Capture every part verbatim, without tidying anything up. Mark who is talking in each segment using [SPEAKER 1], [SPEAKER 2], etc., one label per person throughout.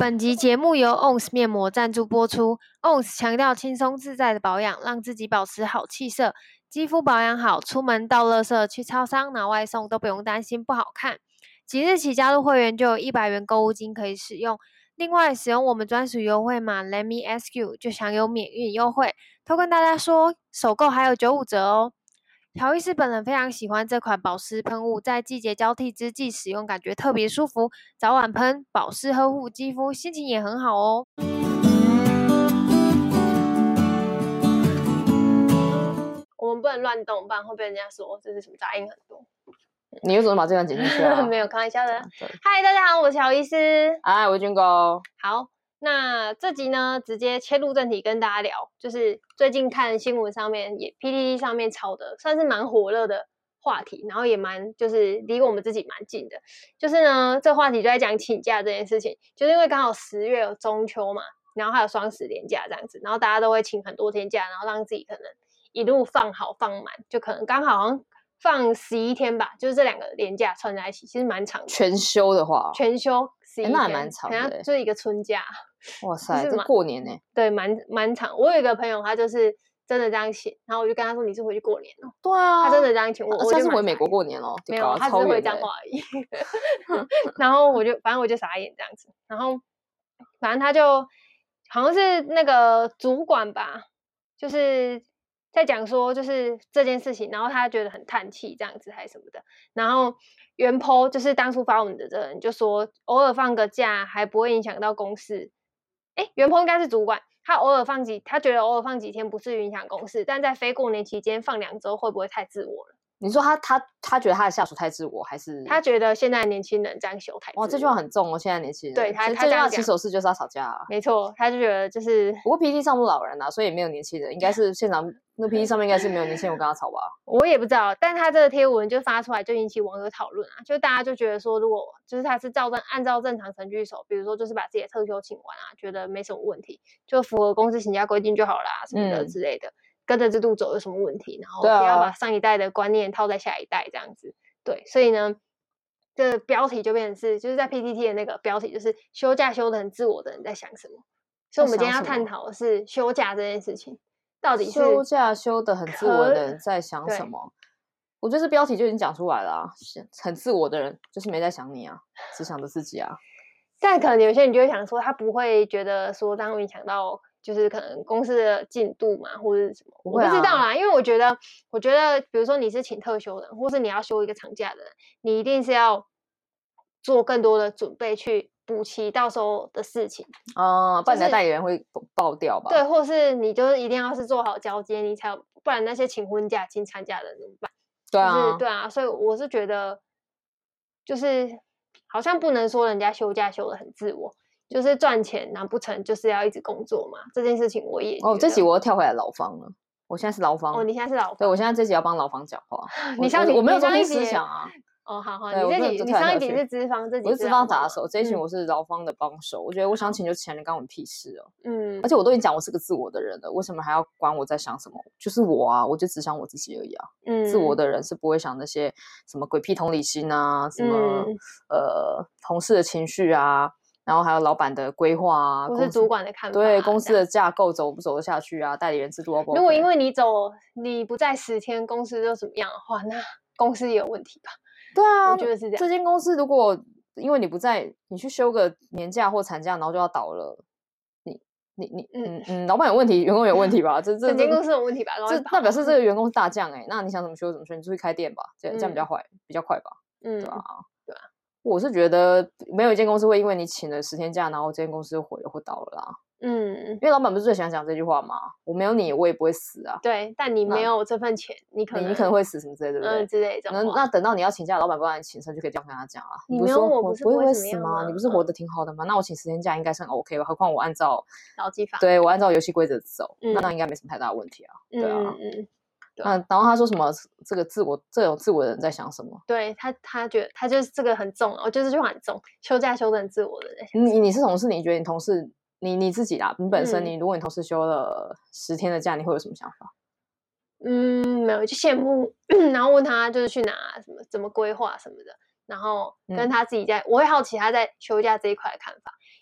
[SPEAKER 1] 本集节目由 O N S 面膜赞助播出。O N S 强调轻松自在的保养，让自己保持好气色，肌肤保养好，出门倒垃圾、去超商拿外送都不用担心不好看。即日起加入会员就有一百元购物金可以使用，另外使用我们专属优惠码 Let Me Ask You 就享有免运优惠。偷跟大家说，首购还有九五折哦。乔医师本人非常喜欢这款保湿喷雾，在季节交替之际使用，感觉特别舒服。早晚喷，保湿呵护肌肤，心情也很好哦。我们不能乱动，不然会被人家说这是什么杂音很多。
[SPEAKER 2] 你为什么把这段剪进去啊？
[SPEAKER 1] 没有，开玩笑的。嗨，大家好，我是乔医师。
[SPEAKER 2] 哎，我是军哥。
[SPEAKER 1] 好。那这集呢，直接切入正题跟大家聊，就是最近看新闻上面也 P T T 上面炒的，算是蛮火热的话题，然后也蛮就是离我们自己蛮近的。就是呢，这话题就在讲请假这件事情，就是因为刚好十月有中秋嘛，然后还有双十连假这样子，然后大家都会请很多天假，然后让自己可能一路放好放满，就可能刚好好像放十一天吧，就是这两个连假串在一起，其实蛮长的。
[SPEAKER 2] 全休的话，
[SPEAKER 1] 全休十一天，
[SPEAKER 2] 欸、那还蛮长的、欸，
[SPEAKER 1] 就是一个春假。
[SPEAKER 2] 哇塞，这过年呢、欸？
[SPEAKER 1] 对，蛮蛮长。我有一个朋友，他就是真的这样请，然后我就跟他说：“你是回去过年哦？”
[SPEAKER 2] 对啊，
[SPEAKER 1] 他真的这样请我，我
[SPEAKER 2] 他是回美国过年哦，
[SPEAKER 1] 没有，他只是回彰化而已。然后我就反正我就傻眼这样子，然后反正他就好像是那个主管吧，就是在讲说就是这件事情，然后他觉得很叹气这样子还是什么的，然后原 po 就是当初发文的这个人就说，偶尔放个假还不会影响到公事。哎，原 po 应该是主管，他偶尔放几，他觉得偶尔放几天不是影响公事，但在非过年期间放两周会不会太自我了？
[SPEAKER 2] 你说他他他觉得他的下属太自我，还是
[SPEAKER 1] 他觉得现在的年轻人这样修太自我？
[SPEAKER 2] 哇，这句话很重哦，现在年轻人
[SPEAKER 1] 对他
[SPEAKER 2] 他这句话起手式就是要吵架啊，
[SPEAKER 1] 没错，他就觉得就是，
[SPEAKER 2] 不过 P T 上不老人啊，所以也没有年轻人，应该是现场那 P T 上面应该是没有年轻人跟他吵吧？
[SPEAKER 1] 我也不知道，但他这个贴文就发出来就引起网友讨论啊，就大家就觉得说，如果就是他是照正按照正常程序走，比如说就是把自己的特休请完啊，觉得没什么问题，就符合公司请假规定就好啦，什么的之类的。嗯，跟着制度走有什么问题？然后不要把上一代的观念套在下一代这样子。对，所以呢，这个标题就变成是，就是在 P T T 的那个标题就是休假休得很自我的人在想什么。所以我们今天要探讨的是休假这件事情，到底是
[SPEAKER 2] 休假休得很自我的人在想什么？我觉得这标题就已经讲出来了啊，很自我的人就是没在想你啊，只想着自己啊。
[SPEAKER 1] 但可能有些人就会想说，他不会觉得说这样会影响到。就是可能公司的进度嘛，或者是什么，我不知道啦。因为我觉得，我觉得，比如说你是请特休的人，或是你要休一个长假的人，你一定是要做更多的准备去补齐到时候的事情。
[SPEAKER 2] 哦、呃，不然你的代理人会爆掉吧？
[SPEAKER 1] 对，或是你就是一定要是做好交接，你才有，不然那些请婚假、请产假的人怎么办？
[SPEAKER 2] 对啊，
[SPEAKER 1] 就是对啊，所以我是觉得，就是好像不能说人家休假休得很自我。就是赚钱，难不成就是要一直工作嘛？这件事情我也
[SPEAKER 2] 哦，这集我要跳回来劳方了。我现在是劳方
[SPEAKER 1] 哦，你现在是劳方，
[SPEAKER 2] 对我现在这集要帮劳方讲话。
[SPEAKER 1] 你上集
[SPEAKER 2] 我没有中心思想啊。
[SPEAKER 1] 哦，好好，你这集你上一集是资方，这集
[SPEAKER 2] 我是资方打手，这一群我是劳方的帮手。嗯、我觉得我想请就请，关我屁事哦。嗯，而且我都已经讲我是个自我的人了，为什么还要管我在想什么？就是我啊，我就只想我自己而已啊。嗯，自我的人是不会想那些什么鬼屁同理心啊，什么、嗯、呃同事的情绪啊。然后还有老板的规划啊，
[SPEAKER 1] 或是主管的看法、
[SPEAKER 2] 啊，对公司的架构走不走得下去啊，代理人制度 O 不 OK？
[SPEAKER 1] 如果因为你走，你不在十天，公司就怎么样的话，那公司也有问题吧？
[SPEAKER 2] 对啊，
[SPEAKER 1] 我觉得是这样。
[SPEAKER 2] 这间公司如果因为你不在，你去休个年假或产假，然后就要倒了，你你你嗯嗯，老板有问题，员工有问题吧？这这
[SPEAKER 1] 整间公司有问题吧？
[SPEAKER 2] 这那表示这个员工是大将哎、欸，那你想怎么休怎么休，你出去开店吧，这样这样比较快、嗯，比较快吧？嗯，对吧？
[SPEAKER 1] 对啊。
[SPEAKER 2] 我是觉得没有一间公司会因为你请了十天假，然后这间公司就毁了或倒了啦。嗯，因为老板不是最喜欢讲这句话吗？我没有你，我也不会死啊。
[SPEAKER 1] 对，但你没有这份钱，你可能
[SPEAKER 2] 你可能会死什么之类，对不对？
[SPEAKER 1] 嗯，之类的。
[SPEAKER 2] 那那等到你要请假，老板不让你请，就可以这样跟他讲啊。
[SPEAKER 1] 你没有我不是
[SPEAKER 2] 不会
[SPEAKER 1] 会
[SPEAKER 2] 死吗？你不是活得挺好的吗？那我请十天假应该是很 OK 吧？何况我按照
[SPEAKER 1] 劳基法，
[SPEAKER 2] 对我按照游戏规则走，那那应该没什么太大的问题啊。对啊。嗯嗯。那然后他说什么？这个自我，这种自我的人在想什么？
[SPEAKER 1] 对他，他觉得他就是这个很重，我觉得这句话很重。休假休得很自我的人。
[SPEAKER 2] 你你是同事，你觉得你同事，你你自己啦，你本身，嗯、你如果你同事休了十天的假，你会有什么想法？
[SPEAKER 1] 嗯，没有，就羡慕，然后问他就是去哪什么，怎么规划什么的，然后跟他自己在，嗯、我会好奇他在休假这一块的看法，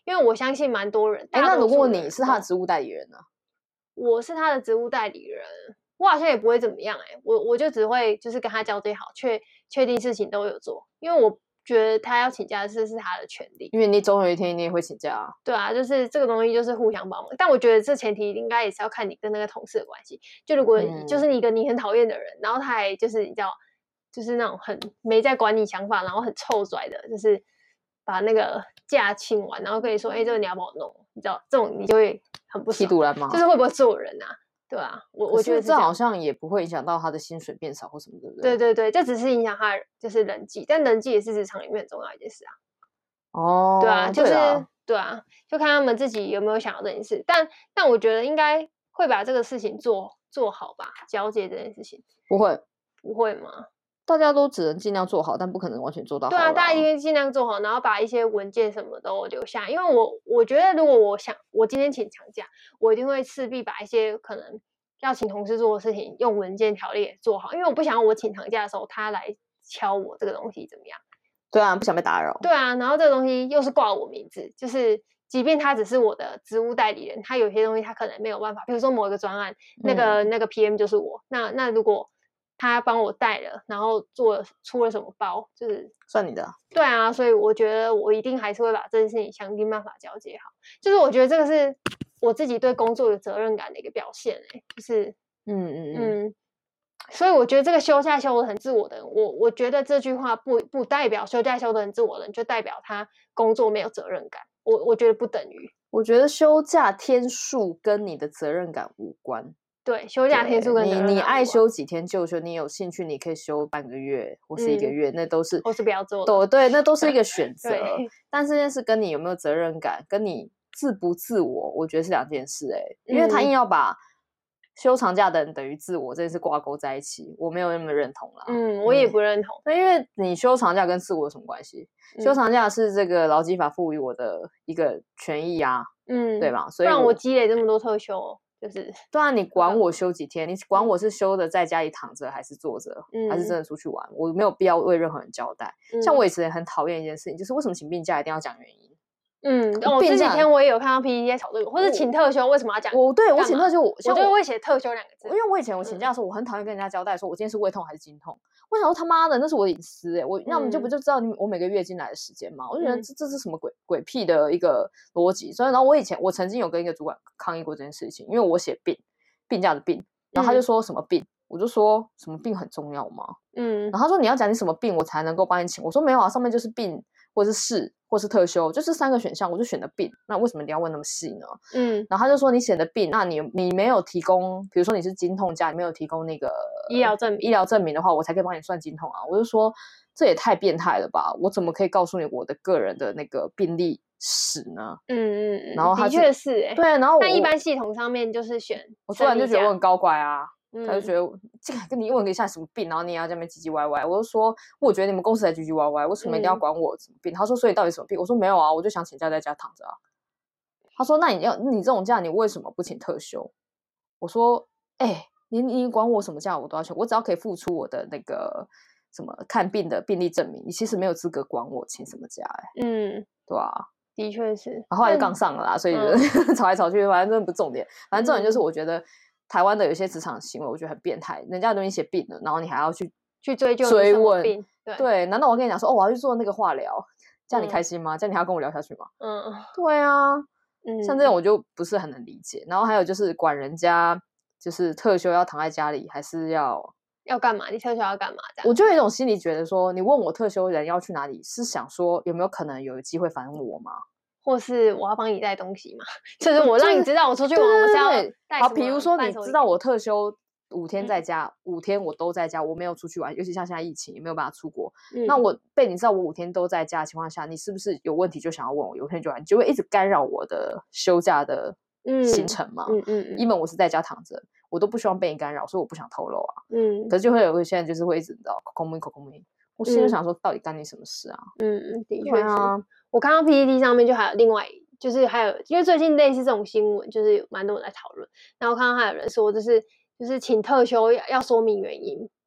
[SPEAKER 1] 因为我相信蛮多人。
[SPEAKER 2] 哎，那如果你是他的职务代理人呢？
[SPEAKER 1] 我是他的职务代理人，我好像也不会怎么样哎、欸，我我就只会就是跟他交接好，确确定事情都有做，因为我觉得他要请假是是他的权利，
[SPEAKER 2] 因为你总有一天你也会请假啊。
[SPEAKER 1] 对啊，就是这个东西就是互相帮忙，但我觉得这前提应该也是要看你跟那个同事的关系。就如果就是你一个你很讨厌的人，嗯、然后他还就是你知道，就是那种很没在管你想法，然后很臭拽的，就是把那个假请完，然后跟你说，哎、欸，这个你要帮我弄，你知道这种你就会很不爽，
[SPEAKER 2] 踢毒吗？
[SPEAKER 1] 就是会不会做人啊？对啊，我我觉得
[SPEAKER 2] 这好像也不会影响到他的薪水变少或什么，对不
[SPEAKER 1] 对？对对对，这只是影响他就是人际，但人际也是职场里面很重要一件事啊。
[SPEAKER 2] 哦，
[SPEAKER 1] 对啊，就是 对, 对啊，就看他们自己有没有想要这件事，但但我觉得应该会把这个事情做做好吧，交接这件事情。
[SPEAKER 2] 不会，
[SPEAKER 1] 不会吗？
[SPEAKER 2] 大家都只能尽量做好，但不可能完全做到好。
[SPEAKER 1] 对啊，大家一定尽量做好，然后把一些文件什么都留下。因为我我觉得，如果我想我今天请长假，我一定会势必把一些可能要请同事做的事情用文件条例做好，因为我不想我请长假的时候他来敲我这个东西怎么样。
[SPEAKER 2] 对啊，不想被打扰。
[SPEAKER 1] 对啊，然后这个东西又是挂我名字，就是即便他只是我的职务代理人，他有些东西他可能没有办法，比如说某一个专案，那个、嗯、那个 P M 就是我，那那如果他帮我带了，然后做了出了什么包，就是
[SPEAKER 2] 算你的。
[SPEAKER 1] 对啊，所以我觉得我一定还是会把这件事情想尽办法交接好。就是我觉得这个是我自己对工作有责任感的一个表现、欸、就是嗯嗯嗯，所以我觉得这个休假休得很自我的人，我我觉得这句话不不代表休假休得很自我的人就代表他工作没有责任感，我我觉得不等于。
[SPEAKER 2] 我觉得休假天数跟你的责任感无关。
[SPEAKER 1] 对，休假天数跟
[SPEAKER 2] 你你爱休几天就休，你有兴趣你可以休半个月或是一个月，嗯、那都是
[SPEAKER 1] 或是不要做
[SPEAKER 2] 的，对，那都是一个选择。但这件事跟你有没有责任感，跟你自不自我，我觉得是两件事、欸。哎，因为他硬要把休长假的人等于自我这件事挂钩在一起，我没有那么认同啦。
[SPEAKER 1] 嗯，我也不认同。
[SPEAKER 2] 那、嗯、因为你休长假跟自我有什么关系？嗯、休长假是这个劳基法赋予我的一个权益啊，嗯，对吧？所以
[SPEAKER 1] 不然我积累这么多特休、哦。就是
[SPEAKER 2] 对啊，你管我休几天？你管我是休的在家里躺着，还是坐着、嗯，还是真的出去玩？我没有必要为任何人交代。嗯、像我以前很讨厌一件事情，就是为什么请病假一定要讲原因？
[SPEAKER 1] 嗯，哦，这几天我也有看到 P P T 在讨论，或是请特休为什么要讲？
[SPEAKER 2] 我对我请特休，我
[SPEAKER 1] 我就会写特休两个字，
[SPEAKER 2] 因为我以前我请假的时候，我很讨厌跟人家交代说我今天是胃痛还是经痛。我想说他妈的，那是我的隐私哎、欸，我要么就不就知道你我每个月进来的时间嘛？我就觉得这这是什么鬼鬼屁的一个逻辑。所以，然后我以前我曾经有跟一个主管抗议过这件事情，因为我写病。病假的病，然后他就说什么病、嗯、我就说什么病很重要吗？嗯，然后他说你要讲你什么病我才能够帮你请，我说没有啊，上面就是病或是事或是特休，就是三个选项，我就选的病，那为什么你要问那么细呢？嗯，然后他就说你写的病，那你你没有提供，比如说你是经痛假，你没有提供那个
[SPEAKER 1] 医疗证明，
[SPEAKER 2] 医疗证明的话，我才可以帮你算经痛啊。我就说这也太变态了吧，我怎么可以告诉你我的个人的那个病历史呢？嗯嗯嗯，然后他
[SPEAKER 1] 的确是哎、欸，
[SPEAKER 2] 对，然后
[SPEAKER 1] 但一般系统上面就是选，
[SPEAKER 2] 我突然就觉得我很高乖啊，嗯、他就觉得这个跟你问一下什么病，然后你也要这边唧唧歪歪，我就说我觉得你们公司才唧唧歪歪，为什么一定要管我什么病？嗯、他说所以到底什么病？我说没有啊，我就想请假在家躺着啊。他说那你要你这种假你为什么不请特休？我说哎、欸，你你管我什么假我都要请，我只要可以付出我的那个什么看病的病历证明，你其实没有资格管我请什么假哎、欸，嗯，对啊。
[SPEAKER 1] 的确是，
[SPEAKER 2] 然后后来就杠上了啦，所以、嗯、吵来吵去，反正真的不重点。反正重点就是，我觉得台湾的有些职场行为，我觉得很变态。人家都已经写病了，然后你还要去
[SPEAKER 1] 去追究
[SPEAKER 2] 追问，
[SPEAKER 1] 病
[SPEAKER 2] 对对。难道我跟你讲说，哦，我要去做那个化疗，这样你开心吗？嗯、这样你还要跟我聊下去吗？嗯，对啊，嗯，像这种我就不是很能理解。然后还有就是管人家，就是特休要躺在家里，还是要。
[SPEAKER 1] 要干嘛？你特休要干嘛？这样
[SPEAKER 2] 我就有一种心理觉得说，你问我特休人要去哪里，是想说有没有可能有机会反问我吗？
[SPEAKER 1] 或是我要帮你带东西嘛？就是我让你知道我出去玩，我是要带什么？
[SPEAKER 2] 好，比如说你知道我特休五天在家，嗯、五天我都在家，我没有出去玩，尤其像现在疫情也没有办法出国。嗯、那我被你知道我五天都在家的情况下，你是不是有问题就想要问我？有天就来，你就会一直干扰我的休假的行程嘛？嗯嗯嗯，因为我是在家躺着。我都不希望被你干扰，所以我不想透露啊。嗯，可是就会有一些人就是会一直知道口空没口空没，我心里想说，到底干你什么事啊？
[SPEAKER 1] 嗯，的确是。啊、我看到 P P T 上面就还有另外，就是还有，因为最近类似这种新闻，就是蛮多人在讨论。然后看到还有人说，就是就是请特休要要说明原因，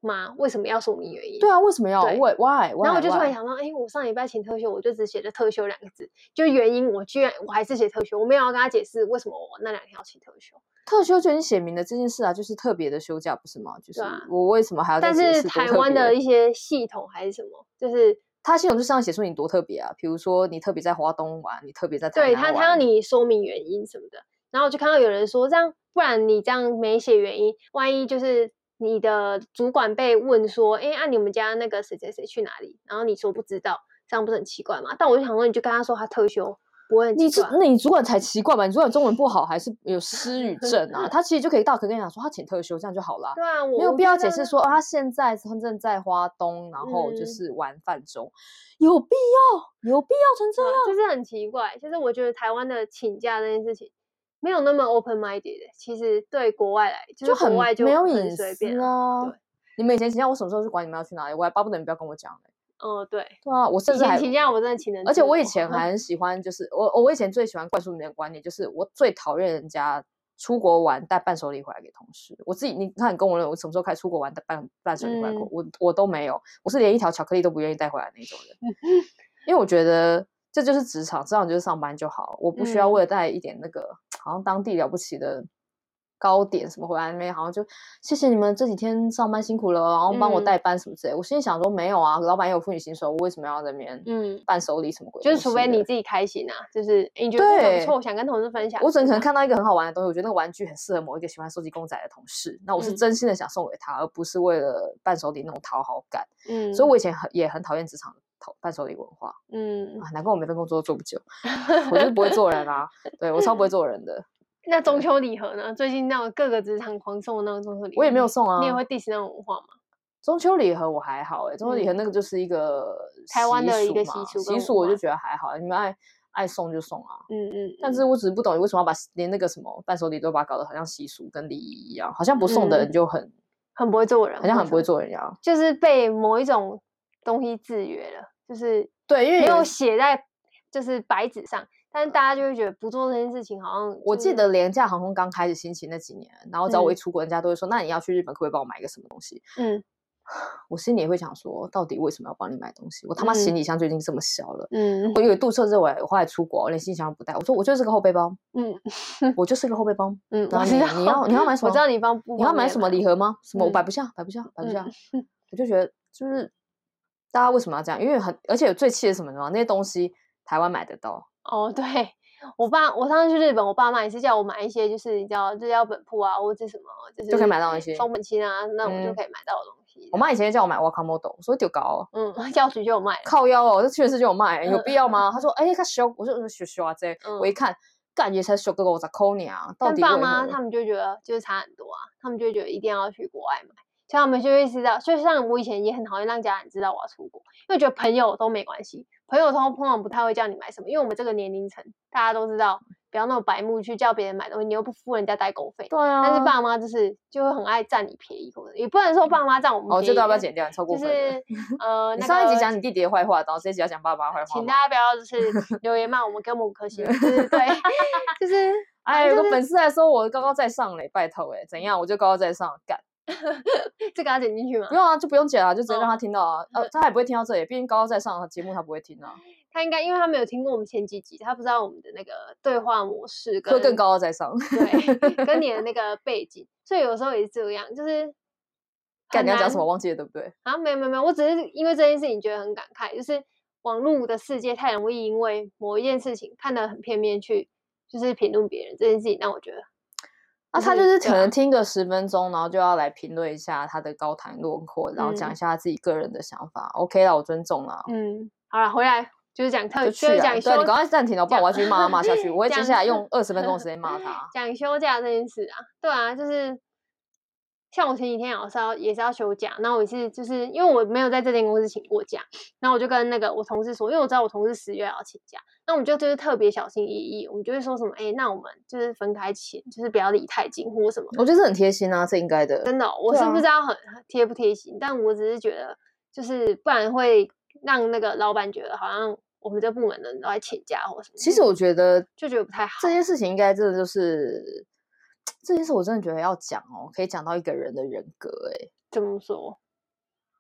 [SPEAKER 1] 吗？为什么要说明原因？
[SPEAKER 2] 对啊，为什么要 why why？
[SPEAKER 1] 然后我就突然想到，哎，我上礼拜请特休，我就只写了特休两个字，就原因我居然我还是写特休，我没有要跟他解释为什么我那两天要请特休。
[SPEAKER 2] 特休就已经写明了这件事啊，就是特别的休假，不是吗？就是我为什么还要再解释？
[SPEAKER 1] 但是台湾的一些系统还是什么，就是
[SPEAKER 2] 他系统就上写出你多特别啊，比如说你特别在花东玩，你特别在台南玩，
[SPEAKER 1] 对他他要你说明原因什么的。然后我就看到有人说，这样不然你这样没写原因，万一就是你的主管被问说，哎，按你们家那个谁谁谁去哪里，然后你说不知道，这样不是很奇怪吗？但我就想说，你就跟他说他特休。不会很奇怪，
[SPEAKER 2] 你那你主管才奇怪吧？你主管中文不好还是有失语症啊？他其实就可以大可跟你讲说他请特休，这样就好了。
[SPEAKER 1] 对啊，我
[SPEAKER 2] 没有必要解释说、哦、他现在正在花东，然后就是玩泛中、嗯，有必要？有必要成这样？
[SPEAKER 1] 就是很奇怪。其实我觉得台湾的请假这件事情没有那么 open minded， 其实对国外来，就是国外就
[SPEAKER 2] 没有隐
[SPEAKER 1] 私
[SPEAKER 2] 啊。
[SPEAKER 1] 对，
[SPEAKER 2] 你们以前请假，我什么时候去管你们要去哪里？我还巴不得你不要跟我讲嘞。
[SPEAKER 1] 哦、嗯，对，
[SPEAKER 2] 对啊，我甚至还
[SPEAKER 1] 请假我真的请人，
[SPEAKER 2] 而且我以前还很喜欢，就是我我以前最喜欢灌输你的观念，就是我最讨厌人家出国玩带伴手礼回来给同事。我自己你看你跟我论，我什么时候开始出国玩带伴伴手礼回来过、嗯？我我都没有，我是连一条巧克力都不愿意带回来那种人，因为我觉得这就是职场，职场就是上班就好，我不需要为了带一点那个、嗯、好像当地了不起的糕点什么回来那边，好像就谢谢你们这几天上班辛苦了，然后帮我代班什么之类、嗯、我心里想说没有啊，老板也有付你薪水，我为什么要在那边嗯伴手礼什么鬼？
[SPEAKER 1] 就是除非你自己开心啊，就是你觉得这不错，想跟同事分享。
[SPEAKER 2] 我只能可能看到一个很好玩的东西，我觉得那个玩具很适合某一个喜欢收集公仔的同事，那我是真心的想送给他、嗯、而不是为了伴手礼那种讨好感。嗯，所以我以前很也很讨厌职场的伴手礼文化。嗯、啊、难怪我每份工作都做不久我就是不会做人啊对，我超不会做人的。
[SPEAKER 1] 那中秋礼盒呢？最近那种各个职场狂送的那种中秋礼盒，
[SPEAKER 2] 我也没有送啊。
[SPEAKER 1] 你也会 diss 那种文化吗？
[SPEAKER 2] 中秋礼盒我还好哎、欸，中秋礼盒那个就是一个
[SPEAKER 1] 台湾的一个习俗，
[SPEAKER 2] 习俗我就觉得还好，你们爱爱送就送啊。嗯嗯。但是我只是不懂你为什么要把连那个什么伴手礼都把它搞得好像习俗跟礼仪一样，好像不送的人就很、嗯、
[SPEAKER 1] 很不会做人，
[SPEAKER 2] 好像很不会做人一样，
[SPEAKER 1] 就是被某一种东西制约了，就是
[SPEAKER 2] 对，因为
[SPEAKER 1] 没有写在就是白纸上。但是大家就会觉得不做这件事情好像、就是……
[SPEAKER 2] 我记得廉价航空刚开始兴起那几年，然后只要我一出国，人家都会说、嗯：“那你要去日本，可不可以帮我买一个什么东西？”嗯，我心里也会想说，到底为什么要帮你买东西？我他妈行李箱就已经这么小了。嗯，我以为肚测之后，我后来出国，我连行李箱都不带。我说我就是个后背包。嗯，我就是个后背包。嗯，然后你你要你要买什么？
[SPEAKER 1] 我知道你帮
[SPEAKER 2] 你要买什么礼盒吗？什么我摆不下，摆不下，摆不下。嗯、我就觉得就是大家为什么要这样？因为很而且最气的是什么呢？那些东西台湾买得到。
[SPEAKER 1] 哦，对，我爸，我上次去日本，我爸妈也是叫我买一些，就是你知道日料本铺啊，或者什么，就是
[SPEAKER 2] 就可以买到那些
[SPEAKER 1] 松本清啊，那我就可以买到的东西。
[SPEAKER 2] 嗯、我妈以前叫我买 Wakamoto， 我说丢高，
[SPEAKER 1] 嗯，药局就有卖，
[SPEAKER 2] 靠腰哦，这确实就有卖，有必要吗？嗯、他说，哎、欸，他修，我说修修啊这、嗯，我一看，干也才修个五十块呢，到底
[SPEAKER 1] 爸妈他们就觉得就是差很多啊，他们就觉得一定要去国外买。像他们就会知道，就像我以前也很讨厌让家人知道我要出国，因为觉得朋友都没关系，朋友通常不太会叫你买什么，因为我们这个年龄层大家都知道，不要那种白目去叫别人买东西，你又不付人家代购费。
[SPEAKER 2] 对啊。
[SPEAKER 1] 但是爸妈就是就会很爱占你便宜，或者也不能说爸妈占我们便宜。
[SPEAKER 2] 哦，这都要不要剪掉？超过分。
[SPEAKER 1] 就是呃，
[SPEAKER 2] 你上一集讲你弟弟的坏话，然后这一集要讲爸爸坏话。
[SPEAKER 1] 请大家不要就是留言骂我们，给我们五颗星。就是对，就是。
[SPEAKER 2] 哎，有个粉丝还说我高高在上嘞，拜托哎，怎样？我就高高在上，干。
[SPEAKER 1] 这个要剪进去吗？
[SPEAKER 2] 不用啊，就不用剪啊，就直接让他听到啊。哦、呃，他也不会听到这里，毕竟高高在上的节目他不会听啊。
[SPEAKER 1] 他应该，因为他没有听过我们前几集，他不知道我们的那个对话模式跟，
[SPEAKER 2] 会更高高在上。
[SPEAKER 1] 对，跟你的那个背景，所以有时候也是这样，就是
[SPEAKER 2] 干你要讲什么忘记了，对不对？
[SPEAKER 1] 啊，没有没有没有，我只是因为这件事情觉得很感慨，就是网络的世界太容易因为某一件事情看得很片面去，就是评论别人这件事情，让我觉得。
[SPEAKER 2] 那、啊、他就是可能听个十分钟，然后就要来评论一下他的高谈论阔，然后讲一下他自己个人的想法。嗯、OK 啦，我尊重啦。
[SPEAKER 1] 嗯，好了，回来就是讲特，
[SPEAKER 2] 就是
[SPEAKER 1] 讲休。
[SPEAKER 2] 对，你赶快暂停了，不然我要去骂他骂下去。我会接下来用二十分钟的时间骂他。
[SPEAKER 1] 讲休假这件事啊，对啊，就是像我前几天也是要也是要休假，然后我也是就是因为我没有在这间公司请过假，然后我就跟那个我同事说，因为我知道我同事十月要请假。那我们就就是特别小心翼翼，我们就会说什么，哎、欸，那我们就是分开请，就是不要离太近或什么。
[SPEAKER 2] 我觉得这很贴心啊，这应该的。
[SPEAKER 1] 真的、哦，我是不知道很贴不贴心、啊，但我只是觉得，就是不然会让那个老板觉得好像我们这部门的人都在请假或什么。
[SPEAKER 2] 其实我觉得
[SPEAKER 1] 就觉得不太好。
[SPEAKER 2] 这件事情应该真的就是这件事，我真的觉得要讲哦，可以讲到一个人的人格、欸。哎，
[SPEAKER 1] 怎么说？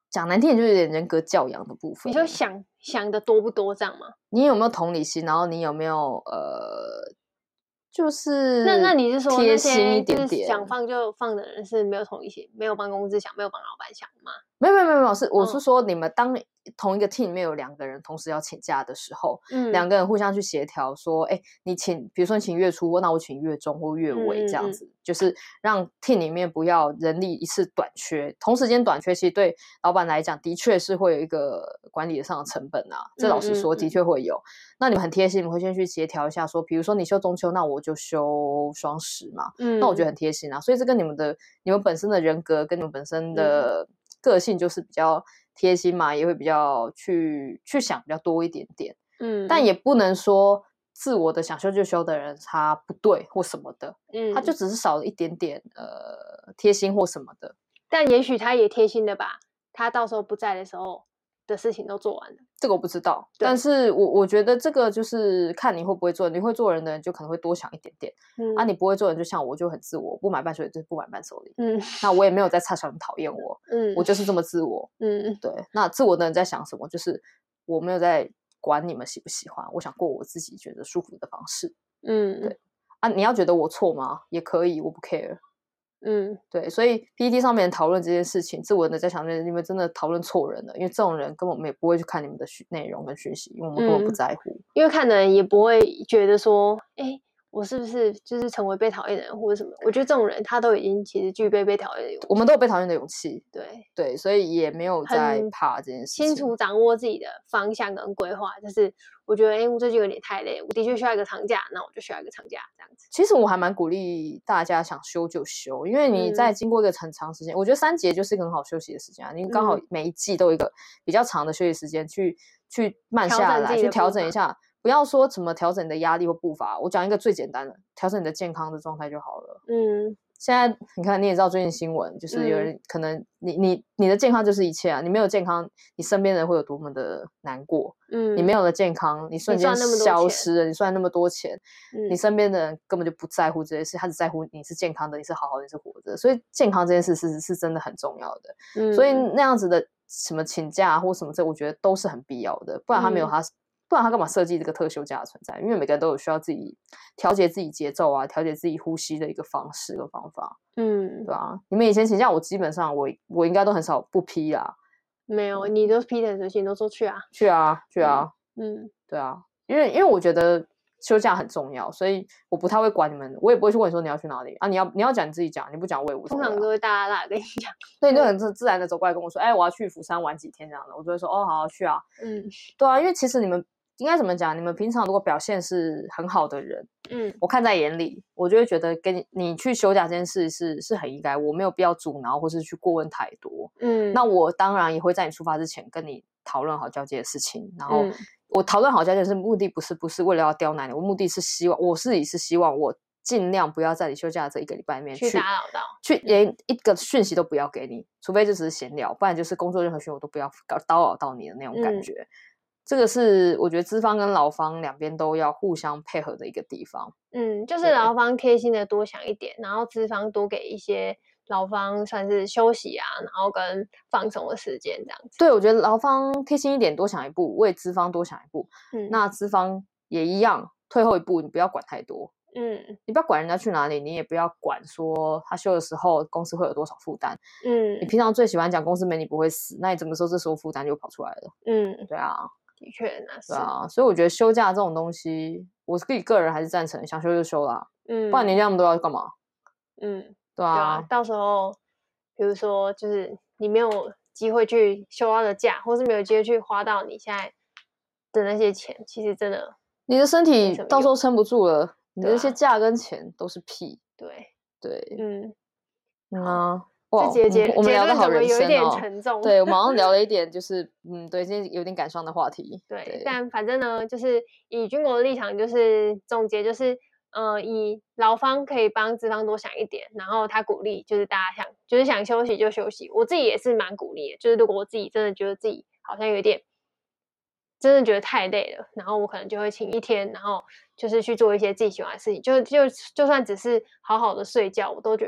[SPEAKER 2] 讲难听点，就有点人格教养的部分。
[SPEAKER 1] 你就想想的多不多这样吗？
[SPEAKER 2] 你有没有同理心？然后你有没有呃，就是
[SPEAKER 1] 那那你是说
[SPEAKER 2] 贴心一点点？
[SPEAKER 1] 想放就放的人是没有同理心，没有帮公司想，没有帮老板想吗？
[SPEAKER 2] 没有没有没有，是我是说，你们当同一个 team 里面有两个人同时要请假的时候，嗯，两个人互相去协调，说，哎，你请，比如说你请月初，那我请月中或月尾这样子，嗯嗯嗯，就是让 team 里面不要人力一次短缺，同时间短缺，其实对老板来讲，的确是会有一个管理上的成本啊。这老实说，的确会有。嗯嗯嗯，那你们很贴心，你们会先去协调一下，说，比如说你休中秋，那我就休双十嘛，嗯，那我觉得很贴心啊。所以这跟你们的你们本身的人格跟你们本身的。嗯，个性就是比较贴心嘛，也会比较去去想比较多一点点，嗯，但也不能说自我的想休就休的人他不对或什么的，嗯，他就只是少了一点点呃贴心或什么的，
[SPEAKER 1] 但也许他也贴心的把他到时候不在的时候的事情都做完了，
[SPEAKER 2] 这个我不知道，但是我我觉得这个就是看你会不会做，你会做人的人就可能会多想一点点，嗯，啊，你不会做人就像我就很自我，不买伴手礼就是不买伴手礼，嗯，那我也没有在差小人讨厌我，嗯，我就是这么自我，嗯，对，那自我的人在想什么，就是我没有在管你们喜不喜欢，我想过我自己觉得舒服的方式，嗯，对，啊，你要觉得我错吗？也可以，我不 care。嗯，对，所以 P P T 上面讨论这件事情，自我的在想，你们真的讨论错人了，因为这种人根本我们也不会去看你们的内容跟讯息，因为我们根本不在乎，
[SPEAKER 1] 嗯，因为看的人也不会觉得说，哎，我是不是就是成为被讨厌的人或者什么？我觉得这种人他都已经其实具备被讨厌的勇气，
[SPEAKER 2] 我们都有被讨厌的勇气，
[SPEAKER 1] 对
[SPEAKER 2] 对，所以也没有在怕这件事情，
[SPEAKER 1] 清楚掌握自己的方向跟规划，就是我觉得，哎，我最近有点太累，我的确需要一个长假，那我就需要一个长假这样子。
[SPEAKER 2] 其实我还蛮鼓励大家想休就休，因为你在经过一个很长时间，嗯，我觉得三节就是一个很好休息的时间啊，你刚好每一季都有一个比较长的休息时间去去慢下来，去调整一下。不要说怎么调整你的压力或步伐，我讲一个最简单的，调整你的健康的状态就好了。嗯，现在你看你也知道最近新闻，就是有人可能你你你的健康就是一切啊，你没有健康，你身边人会有多么的难过。嗯，你没有了健康，你瞬间消失了，你赚那么多钱，嗯，你身边的人根本就不在乎这些事，他只在乎你是健康的，你是好好的，你是活着。所以健康这件事是是真的很重要的。嗯，所以那样子的什么请假或什么这，我觉得都是很必要的，不然他没有他。嗯，不然他干嘛设计这个特休假的存在？因为每个人都有需要自己调节自己节奏啊，调节自己呼吸的一个方式和方法。嗯，对啊。你们以前请假，我基本上我我应该都很少不批啦。
[SPEAKER 1] 没有，你都批的事情都说去啊，
[SPEAKER 2] 去啊，去啊。嗯，对啊，因为因为我觉得休假很重要，所以我不太会管你们，我也不会去问你说你要去哪里啊。你要你要讲你自己讲，你不讲我也无所谓、啊。
[SPEAKER 1] 通常都会大家来跟你讲，
[SPEAKER 2] 所以你就很自然的走过来跟我说，哎，我要去釜山玩几天这样的，我就会说哦，好好去啊。嗯，对啊，因为其实你们。应该怎么讲？你们平常如果表现是很好的人，嗯，我看在眼里，我就会觉得跟你你去休假这件事是是很应该，我没有必要阻挠或是去过问太多，嗯，那我当然也会在你出发之前跟你讨论好交接的事情，然后我讨论好交接的事目的不是不是为了要刁难你，我目的是希望我自己是希望我尽量不要在你休假这一个礼拜里面
[SPEAKER 1] 去打扰到，
[SPEAKER 2] 去连一个讯息都不要给你，除非就只是闲聊，不然就是工作任何讯息我都不要打扰到你的那种感觉。嗯，这个是我觉得资方跟劳方两边都要互相配合的一个地方。
[SPEAKER 1] 嗯，就是劳方贴心的多想一点，然后资方多给一些劳方算是休息啊，然后跟放松的时间这样子。
[SPEAKER 2] 对，我觉得劳方贴心一点，多想一步，为资方多想一步。嗯，那资方也一样，退后一步，你不要管太多。嗯，你不要管人家去哪里，你也不要管说他休的时候公司会有多少负担。嗯，你平常最喜欢讲公司没你不会死，那你怎么说这时候负担就跑出来了？嗯，对啊。
[SPEAKER 1] 的确，那是
[SPEAKER 2] 对啊，所以我觉得休假这种东西，我自己个人还是赞成，想休就休啦。嗯，不然你那么多要干嘛？
[SPEAKER 1] 嗯，对啊，对啊，到时候比如说就是你没有机会去休到的假，或是没有机会去花到你现在的那些钱，其实真的
[SPEAKER 2] 你的身体到时候撑不住了，你的那些假跟钱都是屁。
[SPEAKER 1] 对
[SPEAKER 2] 对，
[SPEAKER 1] 嗯
[SPEAKER 2] 嗯啊。
[SPEAKER 1] 哇，结结
[SPEAKER 2] 我们聊的好人生哦，
[SPEAKER 1] 有一点沉重。
[SPEAKER 2] 对，我们好像聊了一点，就是嗯，对，今天有点感伤的话题。
[SPEAKER 1] 对，对但反正呢，就是以军国的立场，就是总结，就是呃，以劳方可以帮资方多想一点，然后他鼓励，就是大家想，就是想休息就休息。我自己也是蛮鼓励的，就是如果我自己真的觉得自己好像有点，真的觉得太累了，然后我可能就会请一天，然后就是去做一些自己喜欢的事情，就就就算只是好好的睡觉，我都觉得。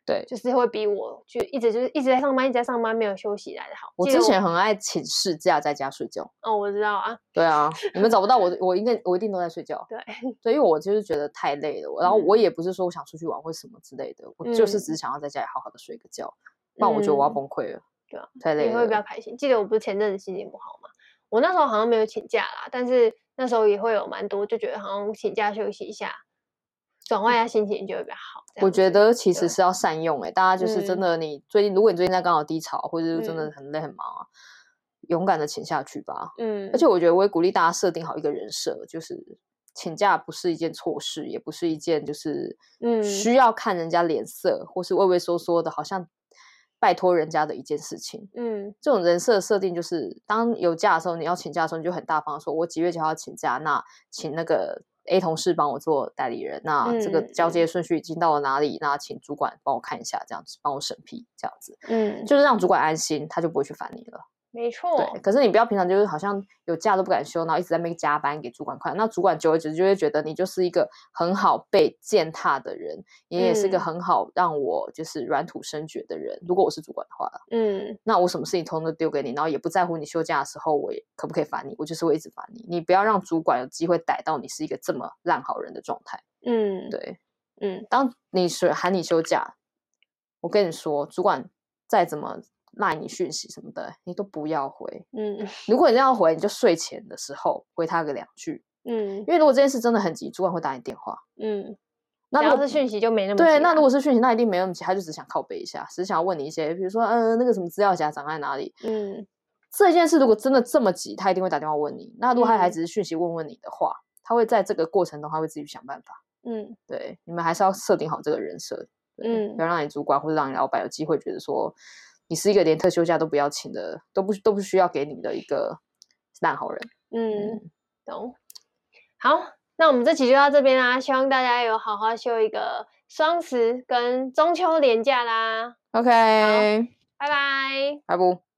[SPEAKER 2] 对，
[SPEAKER 1] 就是会比我就一直就是一直在上班，一直在上班，没有休息来的好。
[SPEAKER 2] 我之前很爱请事假在家睡觉。
[SPEAKER 1] 哦，我知道啊。
[SPEAKER 2] 对啊，你们找不到我，我一定我一定都在睡觉。
[SPEAKER 1] 对
[SPEAKER 2] 对，因为我就是觉得太累了，然后我也不是说我想出去玩或什么之类的，我就是只想要在家里好好的睡个觉，不然我觉得我要崩溃了。
[SPEAKER 1] 对啊，
[SPEAKER 2] 太累了。
[SPEAKER 1] 也会比较开心。记得我不是前阵子心情不好嘛，我那时候好像没有请假啦，但是那时候也会有蛮多，就觉得好像请假休息一下，转换一下心情就会比较好。
[SPEAKER 2] 我觉得其实是要善用哎、欸，大家就是真的，你最近、嗯、如果你最近在刚好低潮，或者是真的很累很忙啊，嗯、勇敢的请下去吧。嗯，而且我觉得我也鼓励大家设定好一个人设，就是请假不是一件错事，也不是一件就是需要看人家脸色、嗯、或是畏畏缩缩的，好像拜托人家的一件事情。嗯，这种人设设定就是，当有假的时候，你要请假的时候，你就很大方的说，我几月几号要请假，那请那个。A 同事帮我做代理人，那这个交接顺序已经到了哪里？嗯、那请主管帮我看一下，这样子帮我审批，这样子，嗯，就是让主管安心，他就不会去烦你了。
[SPEAKER 1] 没错，
[SPEAKER 2] 对。可是你不要平常就是好像有假都不敢休，然后一直在那边加班给主管看，那主管久而久之就会觉得你就是一个很好被践踏的人，你也是一个很好让我就是软土生绝的人。嗯、如果我是主管的话，嗯，那我什么事情通通都丢给你，然后也不在乎你休假的时候，我也可不可以烦你？我就是会一直烦你。你不要让主管有机会逮到你是一个这么烂好人的状态。嗯，对，嗯，当你喊你休假，我跟你说，主管再怎么赖你讯息什么的，你都不要回。嗯，如果你这样回，你就睡前的时候回他个两句。嗯，因为如果这件事真的很急，主管会打你电话。嗯，
[SPEAKER 1] 那如果是讯息就没那么急。
[SPEAKER 2] 对，那如果是讯息，那一定没那么急，他就只想靠背一下，只是想要问你一些，比如说，呃，那个什么资料夹长在哪里？嗯，这件事如果真的这么急，他一定会打电话问你。那如果他还只是讯息问问你的话，嗯、他会在这个过程中，他会自己想办法。嗯，对，你们还是要设定好这个人设。嗯，不要让你主管或者让你老板有机会觉得说。你是一个连特休假都不要请的，都不都不需要给你的一个烂好人。
[SPEAKER 1] 嗯，懂。好，那我们这期就到这边啦，希望大家有好好休一个双十跟中秋连假啦。
[SPEAKER 2] OK，
[SPEAKER 1] 拜拜，
[SPEAKER 2] 拜拜。